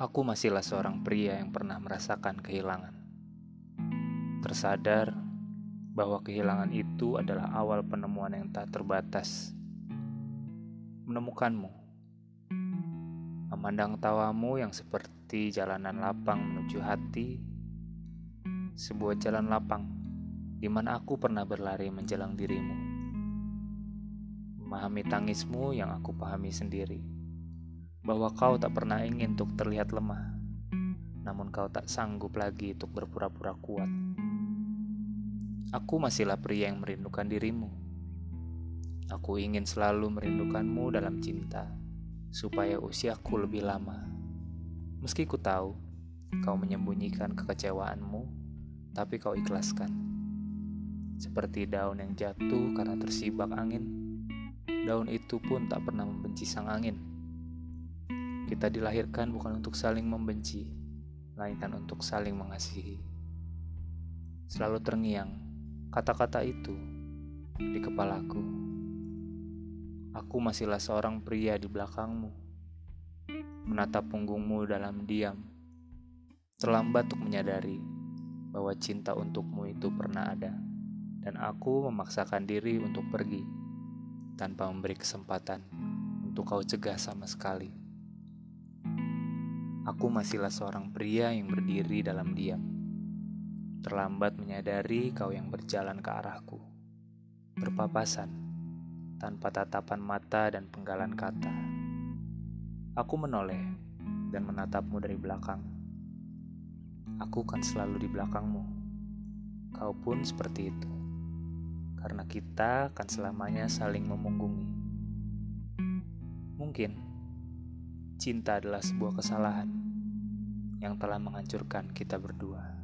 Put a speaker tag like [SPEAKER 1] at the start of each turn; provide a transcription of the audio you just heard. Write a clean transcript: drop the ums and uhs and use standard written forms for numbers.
[SPEAKER 1] Aku masihlah seorang pria yang pernah merasakan kehilangan. Tersadar bahwa kehilangan itu adalah awal penemuan yang tak terbatas. Menemukanmu, memandang tawamu yang seperti jalanan lapang menuju hati, sebuah jalan lapang di mana aku pernah berlari menjelang dirimu. Memahami tangismu yang aku pahami sendiri, bahwa kau tak pernah ingin untuk terlihat lemah, namun kau tak sanggup lagi untuk berpura-pura kuat. Aku masihlah pria yang merindukan dirimu. Aku ingin selalu merindukanmu dalam cinta, supaya usiaku lebih lama. Meski ku tahu kau menyembunyikan kekecewaanmu, tapi kau ikhlaskan. Seperti daun yang jatuh karena tersibak angin, daun itu pun tak pernah membenci sang angin. Kita dilahirkan bukan untuk saling membenci, melainkan untuk saling mengasihi. Selalu terngiang kata-kata itu di kepalaku. Aku masihlah seorang pria di belakangmu, menatap punggungmu dalam diam. Terlambat untuk menyadari bahwa cinta untukmu itu pernah ada, dan aku memaksakan diri untuk pergi tanpa memberi kesempatan untuk kau cegah sama sekali. Aku masihlah seorang pria yang berdiri dalam diam, terlambat menyadari kau yang berjalan ke arahku, berpapasan tanpa tatapan mata dan penggalan kata. Aku menoleh dan menatapmu dari belakang. Aku kan selalu di belakangmu. Kau pun seperti itu, karena kita akan selamanya saling memunggungi. Mungkin cinta adalah sebuah kesalahan yang telah menghancurkan kita berdua.